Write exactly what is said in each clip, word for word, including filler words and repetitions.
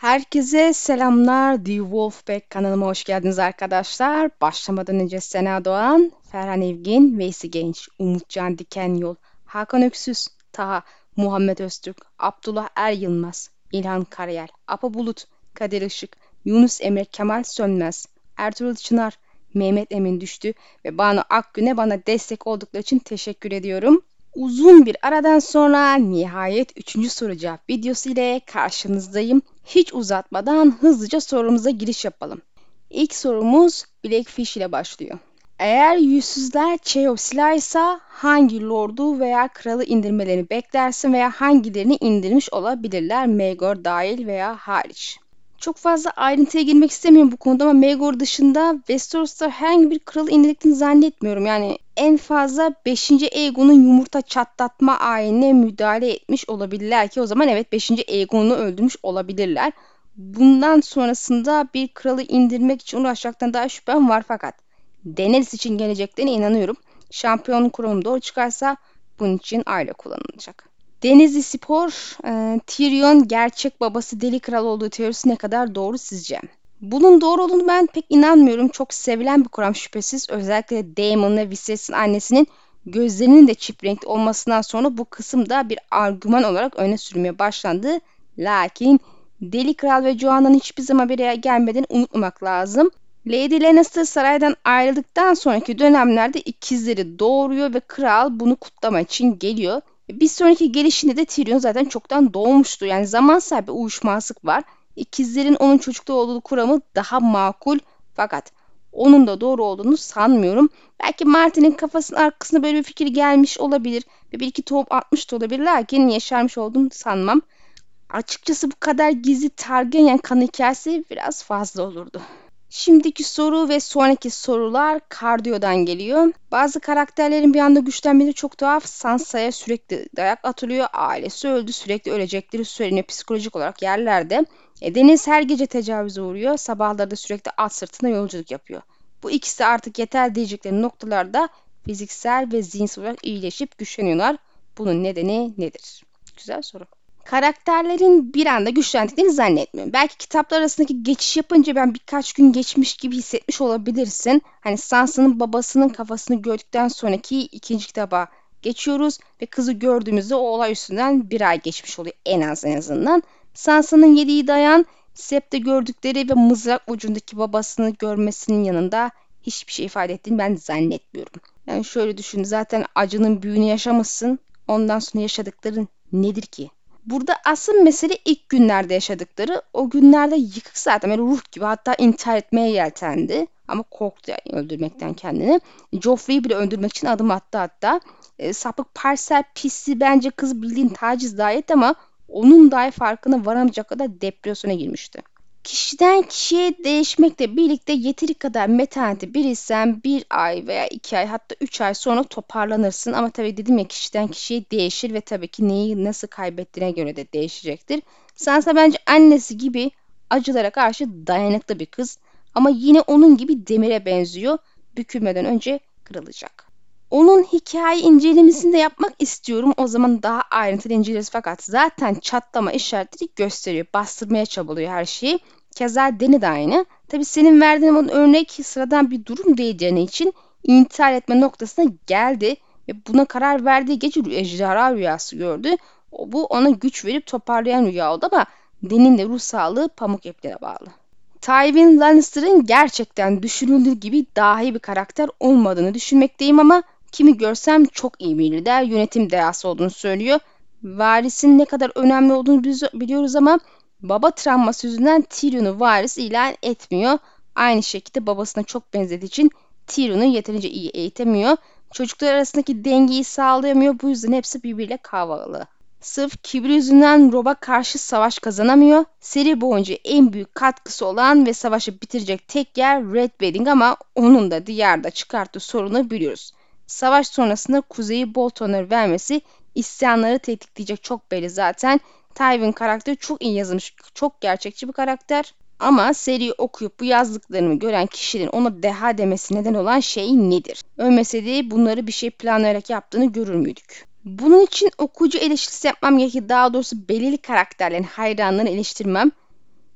Herkese selamlar. The Wolfpack kanalıma hoş geldiniz arkadaşlar. Başlamadan önce Sena Doğan, Ferhan Evgin, Veysi Genç, Umutcan Dikenyol, Hakan Öksüz, Taha, Muhammed Öztürk, Abdullah Er Yılmaz, İlhan Karayel, Apa Bulut, Kadir Işık, Yunus Emre Kemal Sönmez, Ertuğrul Çınar, Mehmet Emin Düştü ve Banu Akgün'e bana destek oldukları için teşekkür ediyorum. Uzun bir aradan sonra nihayet üçüncü soru cevap videosu ile karşınızdayım. Hiç uzatmadan hızlıca sorumuza giriş yapalım. İlk sorumuz Blackfish ile başlıyor. Eğer yüzsüzler Cheopsila ise hangi lordu veya kralı indirmelerini beklersin veya hangilerini indirmiş olabilirler, Maegor dahil veya hariç? Çok fazla ayrıntıya girmek istemiyorum bu konuda ama Maegor dışında Westeros'ta herhangi bir kralı indirdiklerini zannetmiyorum. Yani en fazla beşinci Aegon'un yumurta çatlatma ayinine müdahale etmiş olabilirler ki o zaman evet beşinci Aegon'u öldürmüş olabilirler. Bundan sonrasında bir kralı indirmek için uğraşacaktan daha şüphem var fakat Daenerys için geleceklerine inanıyorum. Şampiyon kurumu doğru çıkarsa bunun için aile kullanılacak. Denizli Spor, e, Tyrion gerçek babası Deli Kral olduğu teorisi ne kadar doğru sizce? Bunun doğru olduğunu ben pek inanmıyorum. Çok sevilen bir kuram şüphesiz. Özellikle Daemon ve Viserys'in annesinin gözlerinin de çift renkli olmasından sonra bu kısım da bir argüman olarak öne sürmeye başlandı. Lakin Deli Kral ve Joanna'nın hiçbir zaman bir araya gelmediğini unutmamak lazım. Lady Lannister saraydan ayrıldıktan sonraki dönemlerde ikizleri doğuruyor ve kral bunu kutlama için geliyor. Bir sonraki gelişinde de Tyrion zaten çoktan doğmuştu. Yani zamansal bir uyuşmazlık var. İkizlerin onun çocukta olduğu kuramı daha makul fakat onun da doğru olduğunu sanmıyorum. Belki Martin'in kafasının arkasına böyle bir fikir gelmiş olabilir ve bir iki tohum atmış da olabilir lakin yaşarmış olduğunu sanmam. Açıkçası bu kadar gizli Targaryen kan hikayesi biraz fazla olurdu. Şimdiki soru ve sonraki sorular Kardio'dan geliyor. Bazı karakterlerin bir anda güçlenmeleri çok tuhaf. Sansa'ya sürekli dayak atılıyor. Ailesi öldü. Sürekli ölecekleri söyleniyor psikolojik olarak yerlerde. E, Deniz her gece tecavüze uğruyor. Sabahları da sürekli at sırtında yolculuk yapıyor. Bu ikisi artık yeter diyecekleri noktalarda fiziksel ve zihinsel olarak iyileşip güçleniyorlar. Bunun nedeni nedir? Güzel soru. Karakterlerin bir anda güçlendiklerini zannetmiyorum. Belki kitaplar arasındaki geçiş yapınca ben birkaç gün geçmiş gibi hissetmiş olabilirsin. Hani Sansa'nın babasının kafasını gördükten sonraki ikinci kitaba geçiyoruz ve kızı gördüğümüzde o olay üstünden bir ay geçmiş oluyor en az en azından. Sansa'nın yediği dayan, Sep'te gördükleri ve mızrak ucundaki babasını görmesinin yanında hiçbir şey ifade ettiğini ben zannetmiyorum. Yani şöyle düşün, zaten acının büyüğünü yaşamışsın, ondan sonra yaşadıkların nedir ki? Burada asıl mesele ilk günlerde yaşadıkları. O günlerde yıkık zaten böyle ruh gibi, hatta intihar etmeye yeltendi. Ama korktu yani öldürmekten kendini. Joffrey'i bile öldürmek için adım attı hatta. E, sapık parsel pisliği bence kız bildiğin taciz dahi etti ama onun dahi farkına varamayacak kadar depresyona girmişti. Kişiden kişiye değişmekle birlikte yeteri kadar metaneti biriysen bir ay veya iki ay hatta üç ay sonra toparlanırsın. Ama tabii dedim ya, kişiden kişiye değişir ve tabii ki neyi nasıl kaybettiğine göre de değişecektir. Sansa bence annesi gibi acılara karşı dayanıklı bir kız. Ama yine onun gibi demire benziyor. Bükülmeden önce kırılacak. Onun hikaye incelemesini de yapmak istiyorum. O zaman daha ayrıntılı inceleriz fakat zaten çatlama işaretleri gösteriyor. Bastırmaya çabalıyor her şeyi. Keza Deni de aynı. Tabi senin verdiğin onun örnek sıradan bir durum değil Deni için. İntihar etme noktasına geldi ve buna karar verdiği gece ejderha rüyası gördü. O, bu ona güç verip toparlayan rüya oldu ama Deni'nin de ruh sağlığı pamuk ipliğine bağlı. Tywin Lannister'ın gerçekten düşünüldüğü gibi dahi bir karakter olmadığını düşünmekteyim ama kimi görsem çok iyi bir lider, yönetim dehası olduğunu söylüyor. Varisin ne kadar önemli olduğunu biliyoruz ama baba travması yüzünden Tyrion'u varis ilan etmiyor. Aynı şekilde babasına çok benzediği için Tyrion'u yeterince iyi eğitemiyor. Çocuklar arasındaki dengeyi sağlayamıyor. Bu yüzden hepsi birbiriyle kavgalı. Sırf kibri yüzünden Robb'a karşı savaş kazanamıyor. Seri boyunca en büyük katkısı olan ve savaşı bitirecek tek yer Red Wedding ama onun da diyarda çıkarttığı sorunu biliyoruz. Savaş sonrasında Kuzey'i Bolton'ları vermesi isyanları tetikleyecek, çok belli zaten. Tywin karakteri çok iyi yazılmış, çok gerçekçi bir karakter. Ama seriyi okuyup bu yazdıklarını gören kişilerin ona deha demesi neden olan şey nedir? Ölmeseydi bunları bir şey planlayarak yaptığını görür müydük? Bunun için okuyucu eleştirisi yapmam gerekir. Daha doğrusu belirli karakterlerin hayranlarını eleştirmem.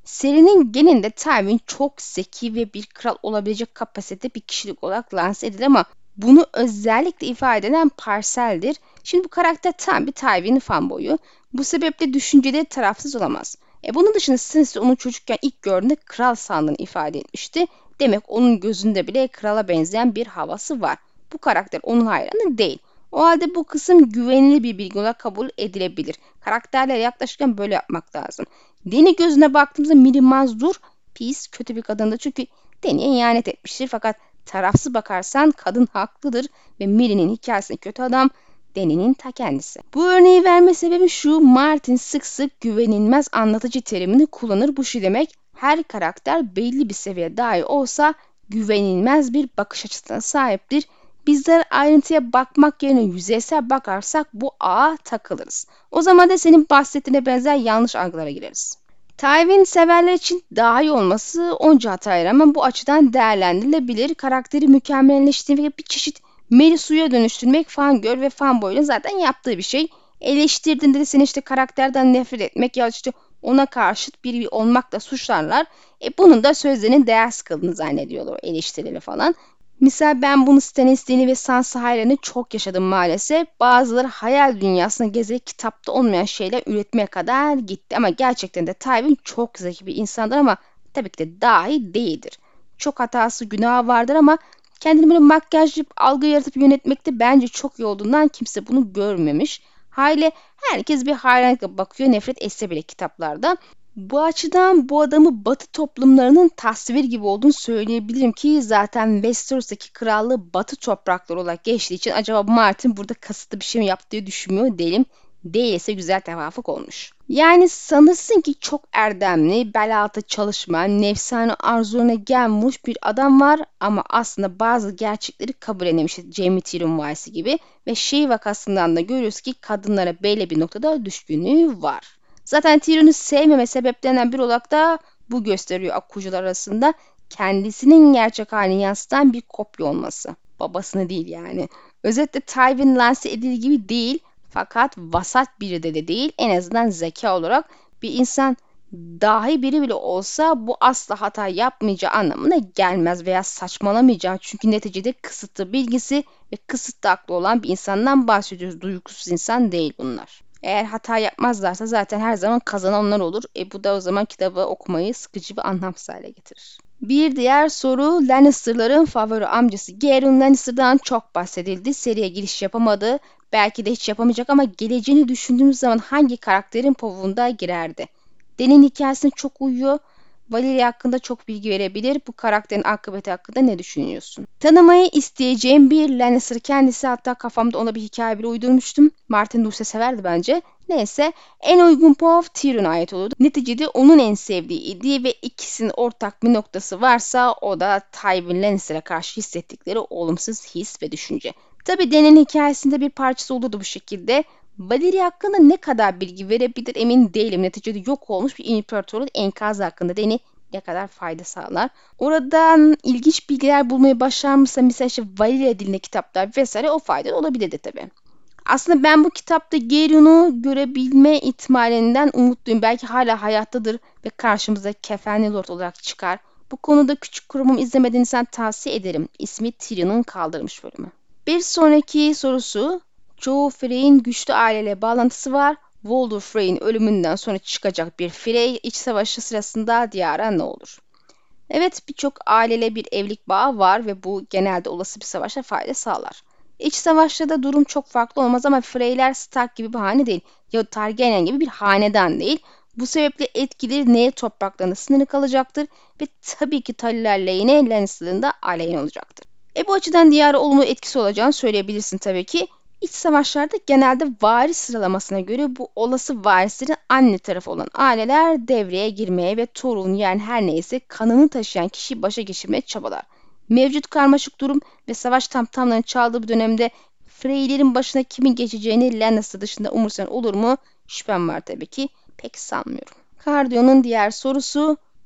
Serinin genelinde Tywin çok zeki ve bir kral olabilecek kapasitede bir kişilik olarak lanse edilir ama bunu özellikle ifade eden Parsel'dir. Şimdi bu karakter tam bir Tywin fanboyu. Bu sebeple düşünceleri tarafsız olamaz. E bunun dışında Stannis onu çocukken ilk gördüğünde kral sandığını ifade etmişti. Demek onun gözünde bile krala benzeyen bir havası var. Bu karakter onun hayranı değil. O halde bu kısım güvenilir bir bilgi olarak kabul edilebilir. Karakterlere yaklaşırken böyle yapmak lazım. Deni gözüne baktığımızda Miri mazdur, pis, kötü bir kadındı çünkü Deni'ye ihanet etmiştir. Fakat tarafsız bakarsan kadın haklıdır ve Miri'nin hikayesinde kötü adam Deni'nin ta kendisi. Bu örneği verme sebebi şu: Martin sık sık güvenilmez anlatıcı terimini kullanır. Bu şu demek: her karakter belli bir seviyeye dahi olsa güvenilmez bir bakış açısına sahiptir. Bizler ayrıntıya bakmak yerine yüzeysel bakarsak bu ağa takılırız. O zaman da senin bahsettiğine benzer yanlış algılara gireriz. Tywin severler için daha iyi olması onca hataya rağmen bu açıdan değerlendirilebilir. Karakteri mükemmelleştirmek, bir çeşit Merry suya dönüştürmek fangirl ve fanboy'un zaten yaptığı bir şey. Eleştirdiğinde de seni işte karakterden nefret etmek ya işte ona karşıt biri olmakla suçlarlar. E bunun da sözlerinin değersiz kıldığını zannediyorlar eleştirileri falan. Misal ben bunu Stannis'ini ve Sansa hayranı çok yaşadım maalesef. Bazıları hayal dünyasına gezerek kitapta olmayan şeyler üretmeye kadar gitti. Ama gerçekten de Tywin çok zeki bir insandır ama tabii ki de dahi değildir. Çok hatası günahı vardır ama kendini böyle makyajlayıp algı yaratıp yönetmekte bence çok iyi olduğundan kimse bunu görmemiş. Haliyle herkes bir hayranlıkla bakıyor, nefret etse bile kitaplarda. Bu açıdan bu adamı Batı toplumlarının tasvir gibi olduğunu söyleyebilirim ki zaten Westeros'taki krallığı Batı toprakları olarak geçtiği için acaba Martin burada kasıtlı bir şey mi yaptı diye düşünmüyor değilim. Değilse güzel tevafuk olmuş. Yani sanırsın ki çok erdemli, bel altı çalışman, nefsane arzularına gelmiş bir adam var ama aslında bazı gerçekleri kabul edememiş. Jaime Tyrion Vice'i gibi ve şey vakasından da görüyoruz ki kadınlara belli bir noktada düşkünlüğü var. Zaten Tyrion'u sevmeme sebeplerinden biri olarak da bu gösteriyor akkucular arasında kendisinin gerçek halini yansıtan bir kopya olması. Babasını değil yani. Özetle Tywin lanse edildiği gibi değil fakat vasat biri de, de değil. En azından zeka olarak bir insan dahi biri bile olsa bu asla hata yapmayacağı anlamına gelmez veya saçmalamayacağı. Çünkü neticede kısıtlı bilgisi ve kısıtlı aklı olan bir insandan bahsediyoruz. Duygusuz insan değil bunlar. Eğer hata yapmazlarsa zaten her zaman kazananlar olur. E bu da o zaman kitabı okumayı sıkıcı ve anlamsız hale getirir. Bir diğer soru: Lannister'ların favori amcası Geryon Lannister'dan çok bahsedildi. Seriye giriş yapamadı. Belki de hiç yapamayacak ama geleceğini düşündüğümüz zaman hangi karakterin povuğunda girerdi? Dany'nin hikayesine çok uyuyor. Valeria hakkında çok bilgi verebilir. Bu karakterin akıbeti hakkında ne düşünüyorsun? Tanımayı isteyeceğim bir Lannister kendisi, hatta kafamda ona bir hikaye bile uydurmuştum. Martin Luce severdi bence. Neyse, en uygun pov Tyrion'a ait olurdu. Neticede onun en sevdiği idi ve ikisinin ortak bir noktası varsa o da Tywin Lannister'a karşı hissettikleri olumsuz his ve düşünce. Tabii Dany'nin hikayesinde bir parçası olurdu bu şekilde. Valeria hakkında ne kadar bilgi verebilir emin değilim. Neticede yok olmuş bir imparatorluk enkazı hakkında Dany ne kadar fayda sağlar. Oradan ilginç bilgiler bulmayı başarmışsa mesela işte Valeria dilinde kitaplar vesaire o faydalı olabilirdi tabii. Aslında ben bu kitapta Gerion'u görebilme ihtimalinden umutluyum. Belki hala hayattadır ve karşımıza kefenli lord olarak çıkar. Bu konuda küçük kurumumu izlemediğinizden tavsiye ederim. İsmi Tyrion'un kaldırmış bölümü. Bir sonraki sorusu: çoğu Frey'in güçlü aileyle bağlantısı var. Walder Frey'in ölümünden sonra çıkacak bir Frey iç savaşı sırasında diyara ne olur? Evet, birçok aileyle bir evlilik bağı var ve bu genelde olası bir savaşa fayda sağlar. İç savaşta da durum çok farklı olmaz ama Freyler Stark gibi bir hane değil ya Targaryen gibi bir hanedan değil. Bu sebeple etkileri neye topraklarında sınırlı kalacaktır ve tabii ki Tully'ler lehine, Lannister'ın da aleyhine olacaktır. E bu açıdan diyara olumlu etkisi olacağını söyleyebilirsin tabii ki. İç savaşlarda genelde varis sıralamasına göre bu olası varislerin anne tarafı olan aileler devreye girmeye ve torun yani her neyse kanını taşıyan kişiyi başa geçirmeye çabalar. Mevcut karmaşık durum ve savaş tamtamlarının çaldığı bir dönemde Freylerin başına kimin geçeceğini Lannister dışında umursayan olur mu? Şüphem var tabii ki. Pek sanmıyorum. Cardio'nun diğer sorusu: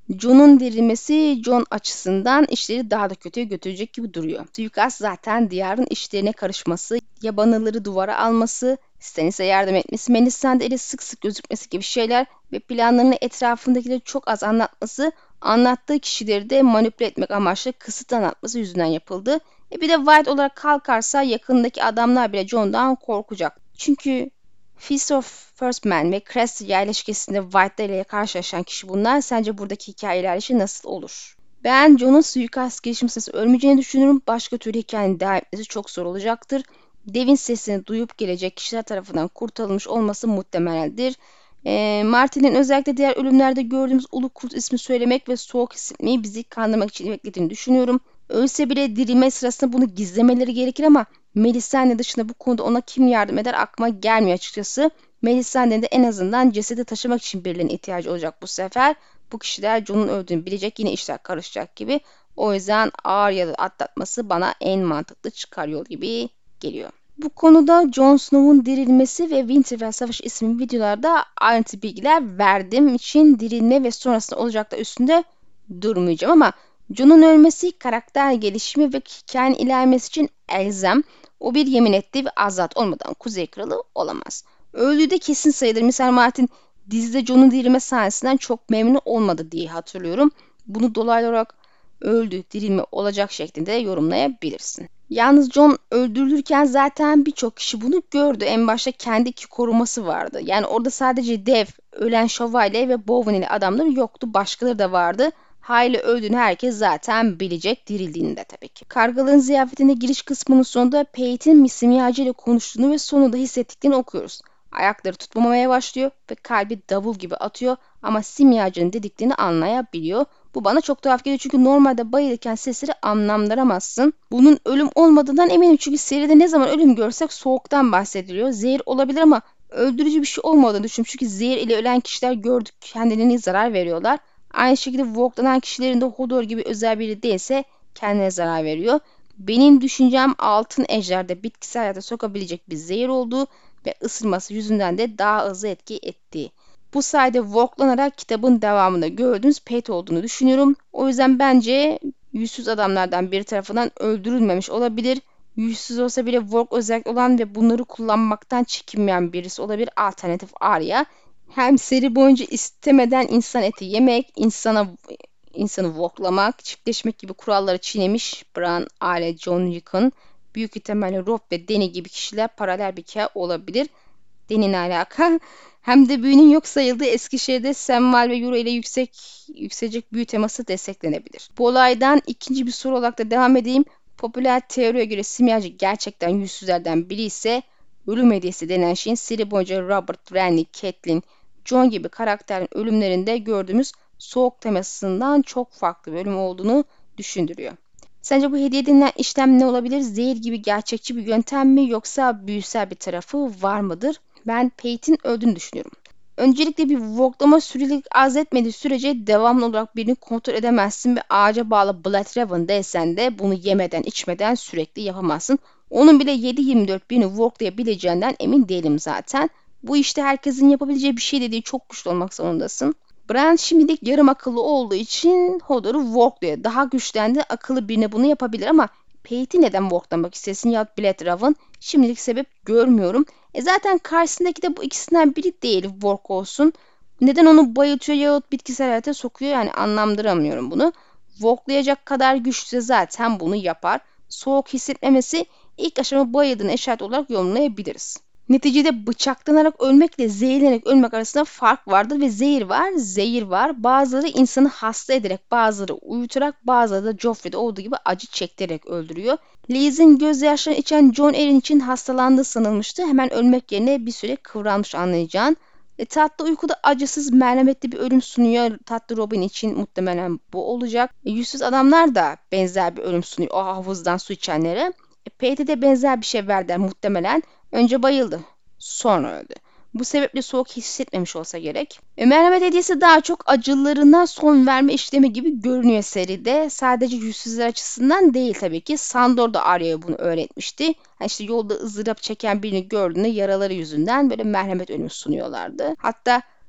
John'un dirilmesi John açısından işleri daha da kötüye götürecek gibi duruyor. Suikast zaten diyarın işlerine karışması, yabanılları duvara alması, Stannis'e yardım etmesi, Melisandre ile sık sık gözükmesi gibi şeyler ve planlarını etrafındakileri çok az anlatması, anlattığı kişileri de manipüle etmek amaçlı kısıt anlatması yüzünden yapıldı. E bir de White olarak kalkarsa yakındaki adamlar bile Jon'dan korkacak. Çünkü Feast of First Man ve Crest yerleşkesinde White ile karşılaşan kişi bunlar. Sence buradaki hikaye ilerleyişi nasıl olur? Ben Jon'un suikast girişimi sırasında ölmeyeceğini düşünüyorum. Başka türlü hikayenin devam etmesi çok zor olacaktır. Devin sesini duyup gelecek kişiler tarafından kurtarılmış olması muhtemeldir. E, Martin'in özellikle diğer ölümlerde gördüğümüz Ulu Kurt ismi söylemek ve soğuk hissetmeyi bizi kandırmak için beklediğini düşünüyorum. Ölse bile dirilme sırasında bunu gizlemeleri gerekir ama Melisandre dışında bu konuda ona kim yardım eder aklıma gelmiyor açıkçası. Melisandre'nin de en azından cesedi taşımak için birilerine ihtiyacı olacak bu sefer. Bu kişiler Jon'un öldüğünü bilecek, yine işler karışacak gibi. O yüzden ağır ya da atlatması bana en mantıklı çıkar yol gibi geliyor. Bu konuda Jon Snow'un dirilmesi ve Winterfell Savaşı isimli videolarda ayrıntı bilgiler verdiğim için dirilme ve sonrasında olacaklar üstünde durmayacağım ama Jon'un ölmesi karakter gelişimi ve hikayenin ilerlemesi için elzem. O bir yemin etti ve azat olmadan Kuzey Kralı olamaz. Öldüğü de kesin sayılır. Misal Martin dizide Jon'un dirilme sahnesinden çok memnun olmadı diye hatırlıyorum. Bunu dolaylı olarak öldü, dirilme olacak şeklinde yorumlayabilirsin. Yalnız Jon öldürülürken zaten birçok kişi bunu gördü. En başta kendi iki koruması vardı. Yani orada sadece dev, ölen şövalye ve Bowen ile adamları yoktu. Başkaları da vardı. Hayli öldüğünü herkes zaten bilecek, dirildiğini de tabii ki. Kargaların ziyafetine giriş kısmının sonunda Pate'in simyacı ile konuştuğunu ve sonunda hissettiklerini okuyoruz. Ayakları tutmamaya başlıyor ve kalbi davul gibi atıyor ama simyacının dediklerini anlayabiliyor. Bu bana çok tuhaf geliyor çünkü normalde bayılırken sesleri anlamlandıramazsın. Bunun ölüm olmadığından eminim çünkü seride ne zaman ölüm görsek soğuktan bahsediliyor. Zehir olabilir ama öldürücü bir şey olmadığını düşünüyorum. Çünkü zehir ile ölen kişiler gördük kendilerine zarar veriyorlar. Aynı şekilde Vogue'lanan kişilerin de Hodor gibi özel biri değilse kendine zarar veriyor. Benim düşüncem altın ejderde bitkisel hayata sokabilecek bir zehir olduğu ve ısırması yüzünden de daha hızlı etki ettiği. Bu sayede Vogue'lanarak kitabın devamında gördüğünüz Pate olduğunu düşünüyorum. O yüzden bence yüzsüz adamlardan biri tarafından öldürülmemiş olabilir. Yüzsüz olsa bile Vogue özellikle olan ve bunları kullanmaktan çekinmeyen birisi olabilir. Alternatif Arya. Hem seri boyunca istemeden insan eti yemek, insana insanı voklamak, çiftleşmek gibi kuralları çiğnemiş Bran, Arya, Jon Rickon, büyük ihtimalle Robb ve Dany gibi kişiler paralel bir hikaye olabilir. Dany'nin alaka. Hem de büyünün yok sayıldığı Eskişehir'de Samwell ve Yura ile yüksek yükselecek büyü teması desteklenebilir. Bu olaydan ikinci bir soru olarak da devam edeyim. Popüler teoriye göre simyacı gerçekten yüzsüzlerden biri ise ölüm hediyesi denen şeyin seri boyunca Robert, Renly, Catelyn, Jon gibi karakterin ölümlerinde gördüğümüz soğuk temasından çok farklı bir ölüm olduğunu düşündürüyor. Sence bu hediye denilen işlem ne olabilir? Zehir gibi gerçekçi bir yöntem mi yoksa büyüsel bir tarafı var mıdır? Ben Pate'in öldüğünü düşünüyorum. Öncelikle bir voklama sürelik az etmediği sürece devamlı olarak birini kontrol edemezsin ve ağaca bağlı Bloodhaven değilsen de bunu yemeden içmeden sürekli yapamazsın. Onun bile yedi yirmi dört birini voklayabileceğinden emin değilim zaten. Bu işte herkesin yapabileceği bir şey dediği çok güçlü olmak zorundasın. Bran şimdilik yarım akıllı olduğu için Hodor'u workluyor. Daha güçlendi, akıllı birine bunu yapabilir ama Pate'i neden worklamak istesin ya Bloodhaven? Şimdilik sebep görmüyorum. E zaten karşısındaki de bu ikisinden biri değil work olsun. Neden onu bayıltıyor yahut bitkisel hayata sokuyor yani anlamdıramıyorum bunu. Worklayacak kadar güçlüyse zaten bunu yapar. Soğuk hissetmemesi ilk aşama bayıldığını işaret olarak yorumlayabiliriz. Neticede bıçaklanarak ölmekle zehirlenerek ölmek arasında fark vardır ve zehir var, zehir var. Bazıları insanı hasta ederek, bazıları uyutarak, bazıları da Joffrey'de olduğu gibi acı çektirerek öldürüyor. Liz'in gözyaşlarını içen Jon Arryn için hastalandığı sanılmıştı. Hemen ölmek yerine bir süre kıvranmış anlayacağın. E, tatlı uykuda acısız, merhametli bir ölüm sunuyor. Tatlı Robin için muhtemelen bu olacak. E, yüzsüz adamlar da benzer bir ölüm sunuyor o havuzdan su içenlere. E, P T'de benzer bir şey verdiler muhtemelen. Önce bayıldı. Sonra öldü. Bu sebeple soğuk hissetmemiş olsa gerek. E, merhamet hediyesi daha çok acılarına son verme işlemi gibi görünüyor seride. Sadece yüzsüzler açısından değil tabii ki. Sandor da Arya'ya bunu öğretmişti. Yani işte yolda ızdırap çeken birini gördüğünde yaraları yüzünden böyle merhamet önü sunuyorlardı. Hatta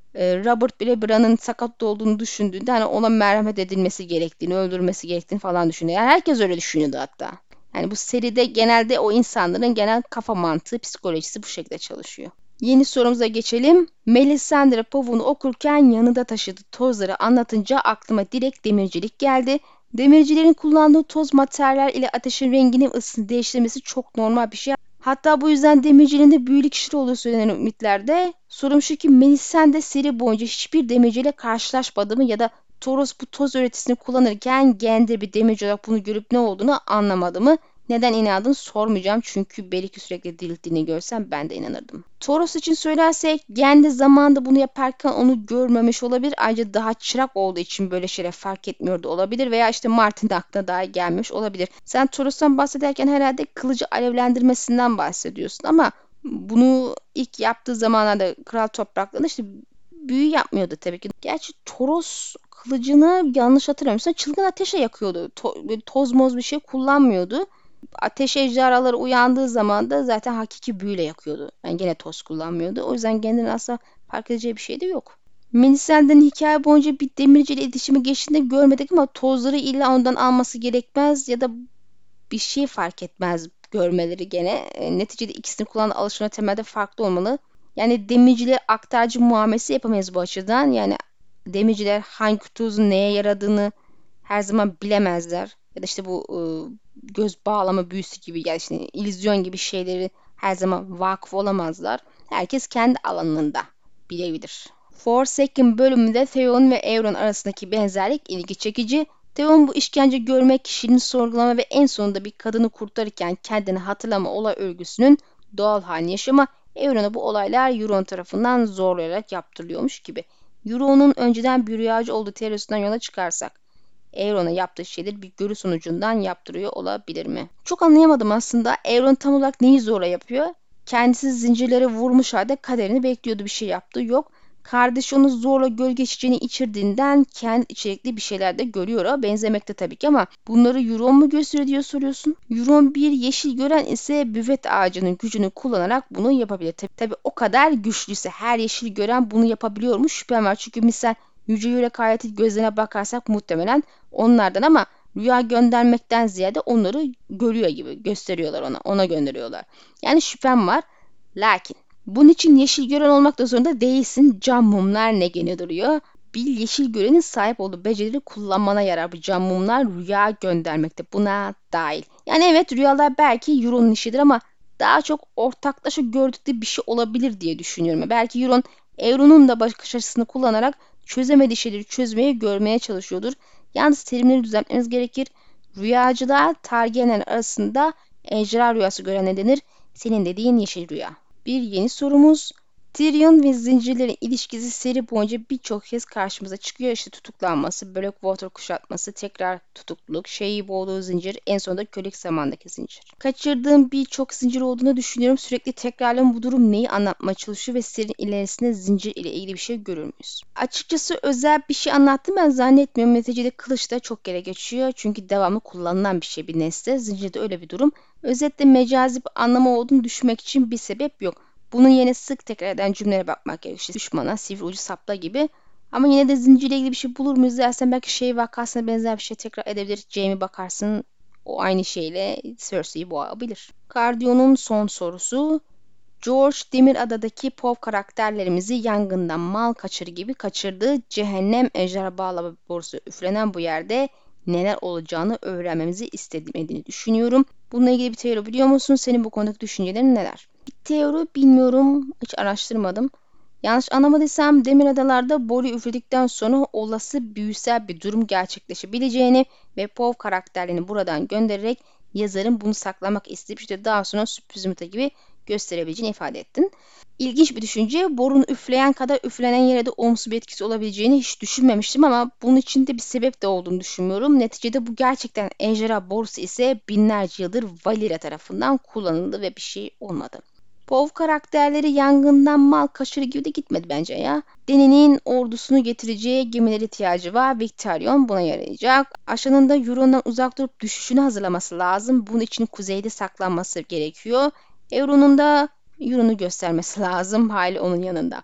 e, Robert bile Bran'ın sakat olduğunu düşündüğünde hani ona merhamet edilmesi gerektiğini, öldürmesi gerektiğini falan düşünüyor. Yani herkes öyle düşünüyordu hatta. Yani bu seride genelde o insanların genel kafa mantığı, psikolojisi bu şekilde çalışıyor. Yeni sorumuza geçelim. Melisandre Pauw'unu okurken yanında taşıdığı tozları anlatınca aklıma direkt demircilik geldi. Demircilerin kullandığı toz materyaller ile ateşin rengini ve ısısını değiştirmesi çok normal bir şey. Hatta bu yüzden demircinin de büyülü kişiler olduğu söylenen ümitlerde. Sorum şu ki Melisandre seri boyunca hiçbir demirciyle karşılaşmadı mı ya da Toros bu toz öğretisini kullanırken gende bir demirci olarak bunu görüp ne olduğunu anlamadı mı? Neden inandın sormayacağım çünkü belki sürekli dirilttiğini görsem ben de inanırdım. Toros için söylersek Gende zamanında bunu yaparken onu görmemiş olabilir. Ayrıca daha çırak olduğu için böyle şeyler fark etmiyordu olabilir. Veya işte Martin de aklına daha gelmiş olabilir. Sen Toros'tan bahsederken herhalde kılıcı alevlendirmesinden bahsediyorsun ama bunu ilk yaptığı zamanlarda Kral Toprakları'nda işte büyü yapmıyordu tabii ki. Gerçi Toros kılıcını yanlış hatırlamıyorsam çılgın ateşe yakıyordu. To- toz moz bir şey kullanmıyordu. Ateş ejderhaları uyandığı zaman da zaten hakiki büyüyle yakıyordu. Yani gene toz kullanmıyordu. O yüzden kendini asla fark edeceği bir şey de yok. Melisandre'nin hikaye boyunca bir demirci ile iletişimi geçtiğinde görmedik ama tozları illa ondan alması gerekmez ya da bir şey fark etmez görmeleri gene. E, neticede ikisini kullanan alışına temelde farklı olmalı. Yani demircilere aktarcı muamelesi yapamayız bu açıdan. Yani demirciler hangi tozun neye yaradığını her zaman bilemezler. Ya da işte bu e, göz bağlama büyüsü gibi yani işte illüzyon gibi şeyleri her zaman vakıf olamazlar. Herkes kendi alanında bilebilir. Forsaken bölümünde Theon ve Euron arasındaki benzerlik ilgi çekici. Theon bu işkence görmek, kişiliğini sorgulama ve en sonunda bir kadını kurtarırken kendini hatırlama olay örgüsünün doğal halini yaşama. Euron'a bu olaylar Euron tarafından zorlayarak yaptırılıyormuş gibi. Euron'un önceden bir rüyacı olduğu teorisinden yola çıkarsak, Euron'a yaptığı şeyleri bir görü sonucundan yaptırıyor olabilir mi? Çok anlayamadım aslında. Euron tam olarak neyi zorla yapıyor? Kendisi zincirlere vurmuş halde kaderini bekliyordu, bir şey yaptığı yok. Kardeşi onu zorla gölge çiçeğini içirdiğinden kendi içerikli bir şeyler de görüyor. Ha, benzemekte tabii ki ama bunları Euron mu gösteriyor diye soruyorsun. Euron bir yeşil gören ise büvet ağacının gücünü kullanarak bunu yapabilir. Tabii, tabii o kadar güçlüyse her yeşil gören bunu yapabiliyormuş şüphem var. Çünkü misal Yüce Yürek ayeti gözlerine bakarsak muhtemelen onlardan ama rüya göndermekten ziyade onları görüyor gibi gösteriyorlar ona. Ona gönderiyorlar. Yani şüphem var. Lakin bunun için yeşil gören olmak da zorunda değilsin. Cam mumlar ne gene duruyor. Bir yeşil görenin sahip olduğu becerileri kullanmana yarar bu cam mumlar rüya göndermekte. Buna dahil. Yani evet rüyalar belki Euron'un işidir ama daha çok ortaklaşa gördükleri bir şey olabilir diye düşünüyorum. Belki Euron Euron'un da bakış açısını kullanarak çözemediği şeyleri çözmeye, görmeye çalışıyordur. Yalnız terimleri düzeltmemiz gerekir. Rüyacılar Targaryen arasında ejderha rüyası gören ne denir? Senin dediğin yeşil rüya. Bir yeni sorumuz. Tyrion ve zincirlerin ilişkisi seri boyunca birçok kez karşımıza çıkıyor. İşte tutuklanması, Blackwater kuşatması, tekrar tutukluluk, şeyi boğduğu zincir, en sonunda kölelik zamandaki zincir. Kaçırdığım birçok zincir olduğunu düşünüyorum. Sürekli tekrarlayan bu durum neyi anlatmaya çalışıyor ve serinin ilerisinde zincir ile ilgili bir şey görür müyüz? Açıkçası özel bir şey anlattım ben zannetmiyorum. Neticede kılıç da çok kere geçiyor. Çünkü devamlı kullanılan bir şey bir nesne. Zincirde öyle bir durum. Özetle mecazi bir anlamı olduğunu düşünmek için bir sebep yok. Bunun yerine sık tekrar eden cümlelere bakmak gerekiyor. Düşmana, sivri ucu sapla gibi. Ama yine de zincirle ilgili bir şey bulur muyuz dersen belki şey vakasına benzer bir şey tekrar edebilir. Jaime bakarsın o aynı şeyle Cersei'yi boğabilir. Cardio'nun son sorusu. George Demirada'daki Pov karakterlerimizi yangından mal kaçır gibi kaçırdığı cehennem ejderha bağlama borusu üflenen bu yerde neler olacağını öğrenmemizi istediğini düşünüyorum. Bununla ilgili bir teori biliyor musun? Senin bu konudaki düşüncelerin neler? Bir teori bilmiyorum. Hiç araştırmadım. Yanlış anlamadıysam Demir Adalar'da boru üfledikten sonra olası büyüsel bir durum gerçekleşebileceğini ve Pov karakterlerini buradan göndererek yazarın bunu saklamak isteyip işte daha sonra sürpriz yumurta gibi gösterebileceğini ifade ettin. İlginç bir düşünce. Borun üfleyen kadar üflenen yere de olumsuz bir etkisi olabileceğini hiç düşünmemiştim ama bunun için de bir sebep de olduğunu düşünmüyorum. Neticede bu gerçekten ejderha borusu ise binlerce yıldır Valyria tarafından kullanıldı ve bir şey olmadı. Pov karakterleri yangından mal kaçırı gibi de gitmedi bence ya. Deni'nin ordusunu getireceği gemiler ihtiyacı var. Victarion buna yarayacak. Aşağının da Euron'dan uzak durup düşüşünü hazırlaması lazım. Bunun için kuzeyde saklanması gerekiyor. Euron'un da Euron'u göstermesi lazım. Hali onun yanında.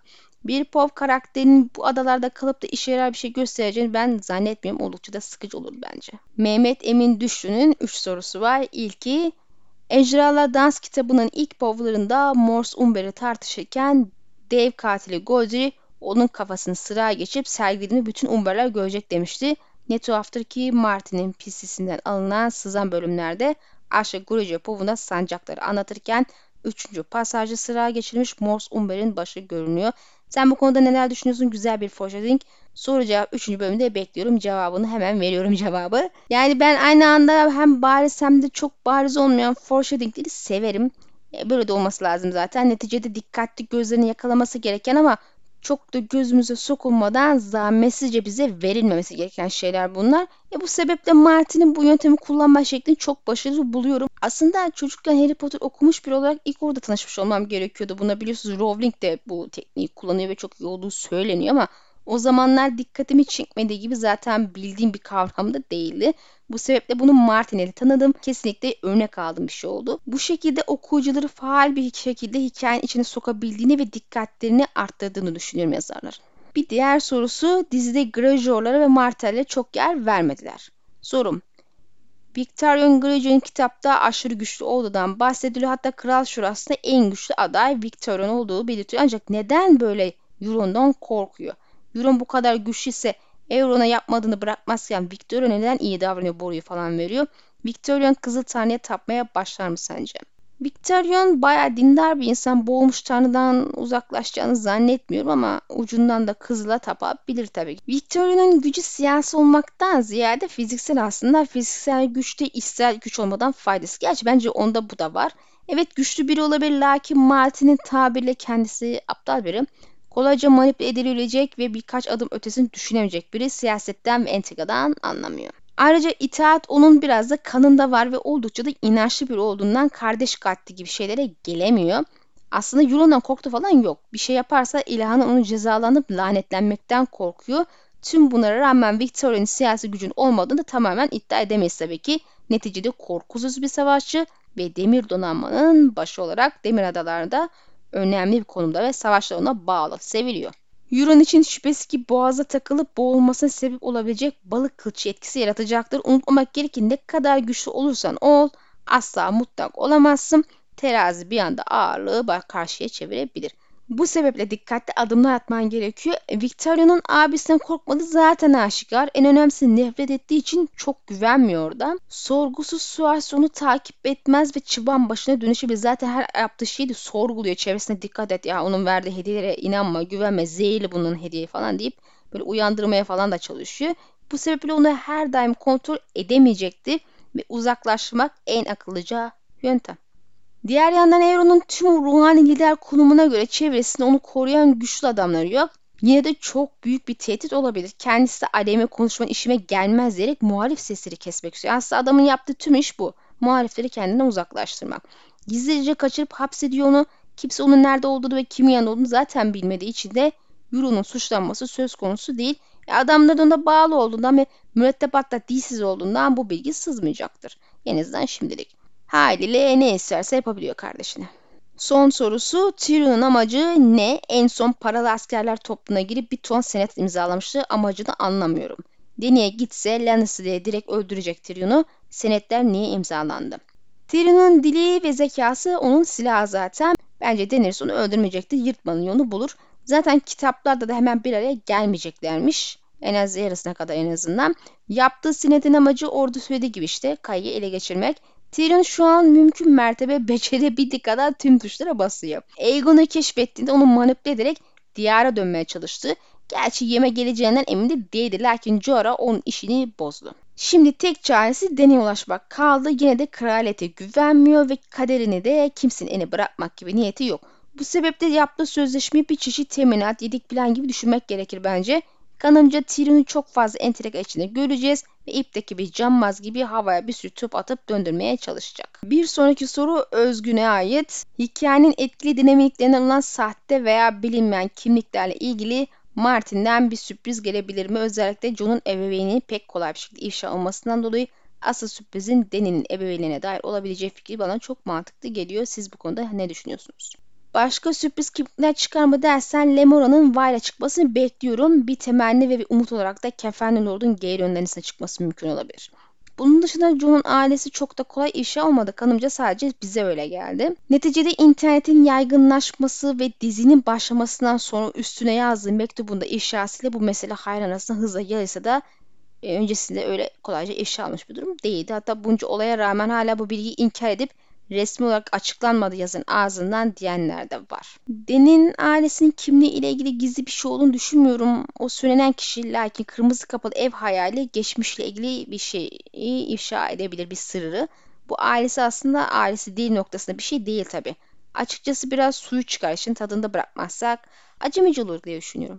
Bir Pov karakterinin bu adalarda kalıp da işe yarar bir şey göstereceğini ben zannetmiyorum. Oldukça da sıkıcı olur bence. Mehmet Emin Düşlü'nün üç sorusu var. İlki, Ejderhalar Dans kitabının ilk Pov'larında Mors Umber'i tartışırken dev katili Godry onun kafasını sıraya geçip sergilediğini bütün Umber'ler görecek demişti. Ne tuhaftır ki Martin'in pistisinden alınan sızan bölümlerde Asha Greyjoy Pov'una sancakları anlatırken üçüncü pasajda sıraya geçirilmiş Mors Umber'in başı görünüyor. Sen bu konuda neler düşünüyorsun? Güzel bir foreshadowing. Soru cevap üçüncü bölümde bekliyorum cevabını. Hemen veriyorum cevabı. Yani ben aynı anda hem bariz hem de çok bariz olmayan foreshadowing'leri severim. E, Böyle de olması lazım zaten. Neticede dikkatli gözlerini yakalaması gereken ama çok da gözümüze sokulmadan zahmetsizce bize verilmemesi gereken şeyler bunlar. E bu sebeple Martin'in bu yöntemi kullanma şeklini çok başarılı buluyorum. Aslında çocukken Harry Potter okumuş biri olarak ilk orada tanışmış olmam gerekiyordu. Buna biliyorsunuz Rowling de bu tekniği kullanıyor ve çok iyi olduğu söyleniyor ama o zamanlar dikkatimi çekmediği gibi zaten bildiğim bir kavram da değildi. Bu sebeple bunu Martin'e de tanıdım. Kesinlikle örnek aldığım bir şey oldu. Bu şekilde okuyucuları faal bir şekilde hikayenin içine sokabildiğini ve dikkatlerini arttırdığını düşünüyorum yazarlar. Bir diğer sorusu, dizide Greyjoy'lara ve Martell'e çok yer vermediler. Sorum, Victorian Greyjoy'un kitapta aşırı güçlü olduğundan bahsediliyor. Hatta Kral Şurası'nda en güçlü aday Victorian olduğu belirtiyor. Ancak neden böyle Euron'dan korkuyor? Euron bu kadar güçlüyse Euron'a yapmadığını bırakmazken Victorian neden iyi davranıyor, boruyu falan veriyor? Victorian Kızıl Tanrı'ya tapmaya başlar mı sence? Victorian bayağı dindar bir insan. Boğulmuş Tanrı'dan uzaklaşacağını zannetmiyorum ama ucundan da Kızıl'a tapabilir tabii. Victoria'nın gücü siyasi olmaktan ziyade fiziksel aslında. Fiziksel güçte içsel güç olmadan faydası. Gerçi bence onda bu da var. Evet, güçlü biri olabilir lakin Martin'in tabiriyle kendisi aptal biri. Kolayca manipüle edilebilecek ve birkaç adım ötesini düşünemeyecek biri, siyasetten ve entrikadan anlamıyor. Ayrıca itaat onun biraz da kanında var ve oldukça da inançlı biri olduğundan kardeş katli gibi şeylere gelemiyor. Aslında Euron'dan korktu falan yok. Bir şey yaparsa ilahının onu cezalanıp lanetlenmekten korkuyor. Tüm bunlara rağmen Victoria'nın siyasi gücün olmadığını da tamamen iddia edemeyiz tabii ki. Neticede korkusuz bir savaşçı ve demir donanmanın başı olarak Demir Adalar'da önemli bir konumda ve savaşlar ona bağlı, seviliyor. Euron için şüphesiz ki boğaza takılıp boğulmasına sebep olabilecek balık kılçığı etkisi yaratacaktır. Unutmamak gerekir ki ne kadar güçlü olursan ol, asla mutlak olamazsın. Terazi bir anda ağırlığı karşıya çevirebilir. Bu sebeple dikkatli adımlar atman gerekiyor. E, Victoria'nın abisinden korkmadığı zaten aşikar. En önemlisi nefret ettiği için çok güvenmiyor da. Sorgusuz sualsiz onu takip etmez ve çıban başına dönüşebilir. Zaten her yaptığı şeyi de sorguluyor. Çevresine dikkat et. Ya onun verdiği hediyelere inanma, güvenme. Zehirli bunun hediye falan deyip böyle uyandırmaya falan da çalışıyor. Bu sebeple onu her daim kontrol edemeyecektir ve uzaklaşmak en akıllıca yöntem. Diğer yandan Euron'un tüm ruhani lider konumuna göre çevresinde onu koruyan güçlü adamları yok. Yine de çok büyük bir tehdit olabilir. Kendisi de aleyhime konuşmanın işime gelmez diyerek muhalif sesleri kesmek istiyor. Aslında adamın yaptığı tüm iş bu. Muhalifleri kendinden uzaklaştırmak. Gizlice kaçırıp hapsediyor onu. Kimse onun nerede olduğunu ve kimin yanında olduğunu zaten bilmediği için de Euron'un suçlanması söz konusu değil. E adamların ona bağlı olduğundan ve mürettebatta dilsiz olduğundan bu bilgi sızmayacaktır. En azından şimdilik. Haliyle ne isterse yapabiliyor kardeşine. Son sorusu, Tyrion'un amacı ne? En son paralı askerler topluluğuna girip bir ton senet imzalamıştı. Amacını anlamıyorum. Dany'e gitse Lannister'ı direkt öldürecek Tyrion'u. Senetler niye imzalandı? Tyrion'un dili ve zekası onun silahı zaten. Bence Daenerys onu öldürmeyecektir. Yırtmanın yolunu bulur. Zaten kitaplarda da hemen bir araya gelmeyeceklermiş. En az yarısına kadar en azından. Yaptığı senetin amacı ordu söylediği gibi işte Kayı'yı ele geçirmek. Tyrion şu an mümkün mertebe becerebildiği kadar tüm tuşlara basıyor. Aegon'u keşfettiğinde onu manipüle ederek diyara dönmeye çalıştı. Gerçi yeme geleceğinden emin de değildi lakin Jorah onun işini bozdu. Şimdi tek çaresi Dany'e ulaşmak kaldı. Yine de kraliyete güvenmiyor ve kaderini de kimsenin eline bırakmak gibi niyeti yok. Bu sebeple yaptığı sözleşmeyi bir çeşit teminat, yedik plan gibi düşünmek gerekir bence. Kanımca Tyrion'u çok fazla entrika içinde göreceğiz ve ipteki bir cambaz gibi havaya bir sürü top atıp döndürmeye çalışacak. Bir sonraki soru Özgün'e ait. Hikayenin etkili dinamiklerinden olan sahte veya bilinmeyen kimliklerle ilgili Martin'den bir sürpriz gelebilir mi? Özellikle Jon'un ebeveyninin pek kolay bir şekilde ifşa olmasından dolayı asıl sürprizin Dany'nin ebeveynine dair olabileceği fikri bana çok mantıklı geliyor. Siz bu konuda ne düşünüyorsunuz? Başka sürpriz kimlikler çıkar mı dersen Lemora'nın Vayla çıkmasını bekliyorum. Bir temenni ve bir umut olarak da Kefenli Lord'un geri önlerine çıkması mümkün olabilir. Bunun dışında Jon'un ailesi çok da kolay ifşa olmadı. Kanımca sadece bize öyle geldi. Neticede internetin yaygınlaşması ve dizinin başlamasından sonra üstüne yazdığı mektubunda ifşasıyla bu mesele hayran arasında hızla yayılsa da e, öncesinde öyle kolayca ifşa almış bir durum değildi. Hatta bunca olaya rağmen hala bu bilgiyi inkar edip resmi olarak açıklanmadı yazın ağzından diyenler de var. Den'in ailesinin kimliği ile ilgili gizli bir şey olduğunu düşünmüyorum. O söylenen kişi lakin kırmızı kapalı ev hayali geçmişle ilgili bir şeyi ifşa edebilir, bir sırrı. Bu ailesi aslında ailesi değil noktasında bir şey değil tabi. Açıkçası biraz suyu çıkar işin tadında bırakmazsak acemici olur diye düşünüyorum.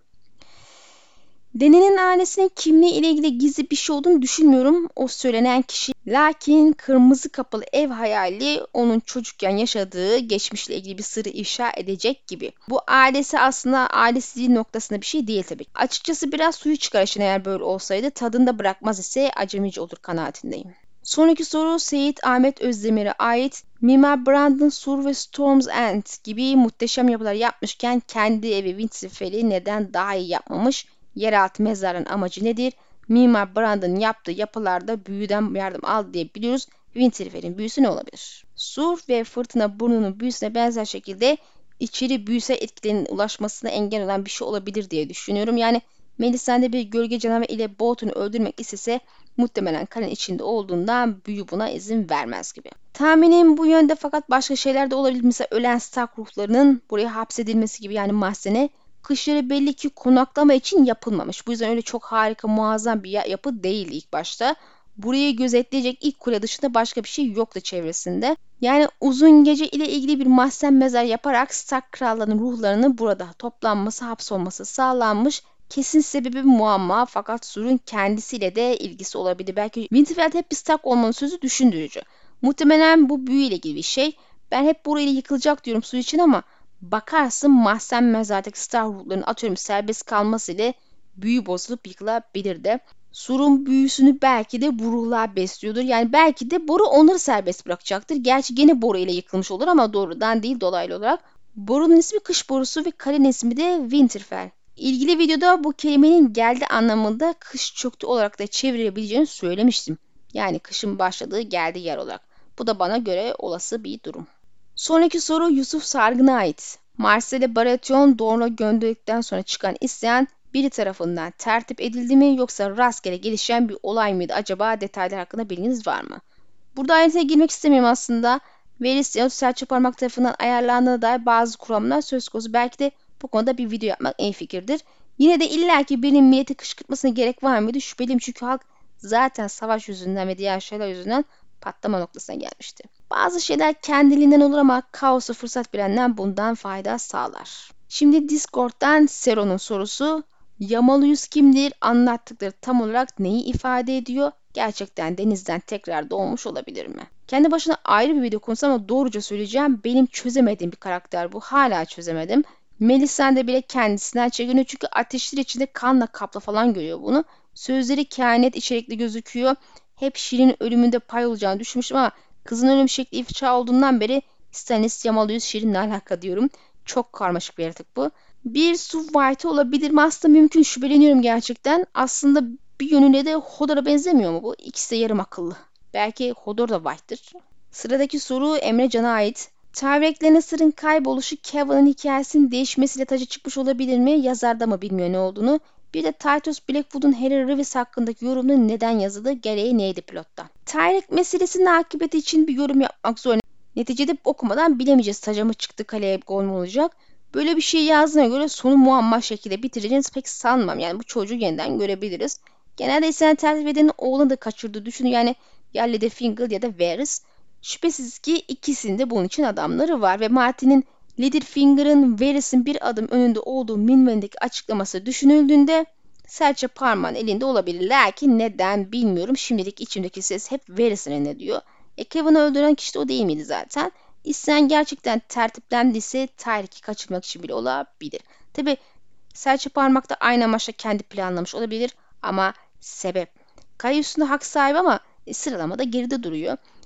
Deni'nin ailesinin kimliği ile ilgili gizli bir şey olduğunu düşünmüyorum. O söylenen kişi. Lakin kırmızı kapalı ev hayali onun çocukken yaşadığı geçmişle ilgili bir sırrı ifşa edecek gibi. Bu ailesi aslında ailesi noktasında bir şey değil tabii. Açıkçası biraz suyu çıkar işin eğer böyle olsaydı. Tadında bırakmaz ise acemici olur kanaatindeyim. Sonraki soru Seyit Ahmet Özdemir'e ait. Mimar Brandon Sur ve Storm's End gibi muhteşem yapılar yapmışken kendi evi Winterfell'i neden daha iyi yapmamış? Yeraltı mezarın amacı nedir? Mimar Brandon'ın yaptığı yapılarda büyüden yardım aldı diye biliyoruz. Winterfell'in büyüsü ne olabilir? Sur ve fırtına burnunun büyüsüne benzer şekilde içeri büyüsel etkilerinin ulaşmasına engel olan bir şey olabilir diye düşünüyorum. Yani Melisandre bir gölge canavarı ile Bolton'u öldürmek istese muhtemelen kalenin içinde olduğundan büyü buna izin vermez gibi. Tahminim bu yönde fakat başka şeyler de olabilir. Mesela ölen Stark ruhlarının buraya hapsedilmesi gibi yani mahzene kışları belli ki konaklama için yapılmamış. Bu yüzden öyle çok harika muazzam bir yapı değil ilk başta. Burayı gözetleyecek ilk kule dışında başka bir şey yoktu çevresinde. Yani uzun gece ile ilgili bir mahzen mezar yaparak Stark krallarının ruhlarının burada toplanması, hapsolması sağlanmış. Kesin sebebi muamma fakat Sur'un kendisiyle de ilgisi olabilir. Belki Winterfell hep bir Stark olmanın sözü düşündürücü. Muhtemelen bu büyüyle ilgili bir şey. Ben hep burayla yıkılacak diyorum Sur için ama bakarsın mahzen mezardaki Stark ruhlarının atıyorum serbest kalması ile büyü bozulup yıkılabilir de. Sur'un büyüsünü belki de bu ruhlar besliyordur. Yani belki de Boru onları serbest bırakacaktır. Gerçi gene Boru ile yıkılmış olur ama doğrudan değil dolaylı olarak. Boru'nun ismi kış borusu ve kalenin ismi de Winterfell. İlgili videoda bu kelimenin geldi anlamında kış çöktü olarak da çevrilebileceğini söylemiştim. Yani kışın başladığı geldiği yer olarak. Bu da bana göre olası bir durum. Sonraki soru Yusuf Sargın'a ait. Marcel Baratheon Dorne'a gönderildikten sonra çıkan isyan biri tarafından tertip edildi mi yoksa rastgele gelişen bir olay mıydı acaba detaylar hakkında bilginiz var mı? Burada ayrıntıya girmek istemiyorum aslında. Veris ya Serçe Parmak tarafından ayarlandığına dair bazı kuramlar söz konusu. Belki de bu konuda bir video yapmak en fikirdir. Yine de illaki birinin milleti kışkırtmasına gerek var mıydı şüpheliyim çünkü halk zaten savaş yüzünden ve diğer şeyler yüzünden patlama noktasına gelmişti. Bazı şeyler kendiliğinden olur ama kaosu fırsat bilenler bundan fayda sağlar. Şimdi Discord'dan Sero'nun sorusu. Yamaluyuz kimdir? Anlattıkları tam olarak neyi ifade ediyor? Gerçekten denizden tekrar doğmuş olabilir mi? Kendi başına ayrı bir video konusu ama doğruca söyleyeceğim. Benim çözemediğim bir karakter bu. Hala çözemedim. Melisandre bile kendisinden çekiniyor çünkü ateşler içinde kanla kaplı falan görüyor bunu. Sözleri kehanet içerikli gözüküyor. Hep Şirin'in ölümünde pay olacağını düşünmüştüm ama kızın ölüm şekli ifşa olduğundan beri Stannis Yamalıyız Şirin'le alaka diyorum. Çok karmaşık bir yaratık bu. Bir Su White olabilir mi? Aslında mümkün. Şüpheleniyorum gerçekten. Aslında bir yönüyle de Hodor'a benzemiyor mu bu? İkisi de yarım akıllı. Belki Hodor da White'tır. Sıradaki soru Emre Can'a ait. Tyrek Lannister'ın kayboluşu Kevan'ın hikayesinin değişmesiyle taca çıkmış olabilir mi? Yazar da mı bilmiyor ne olduğunu? Bir de Titus Blackwood'un Harry Revis hakkındaki yorumunu neden yazıldı? Gereği neydi plotta? Tyrek meselesinin akıbeti için bir yorum yapmak zor. Neticede okumadan bilemeyeceğiz taca mı çıktı kaleye gol mü olacak? Böyle bir şey yazdığına göre sonu muamma şekilde bitireceğiniz pek sanmam. Yani bu çocuğu yeniden görebiliriz. Genelde isyan tertip edenin oğlunu da kaçırdığı düşünün. Yani ya Littlefinger ya da Varys. Şüphesiz ki ikisinde bunun için adamları var. Ve Martin'in Littlefinger'ın Varys'in bir adım önünde olduğu minvalindeki açıklaması düşünüldüğünde serçe parmağın elinde olabilir. Lakin neden bilmiyorum. Şimdilik içimdeki ses hep Varys'in elinde diyor. E Kevin'i öldüren kişi de o değil miydi zaten? İsyan gerçekten tertiplendiyse Tyrik'i kaçırmak için bile olabilir. Tabi serçe parmak da aynı amaçla kendi planlamış olabilir ama sebep. Kaya üstünde hak sahibi ama sıralamada geride duruyor.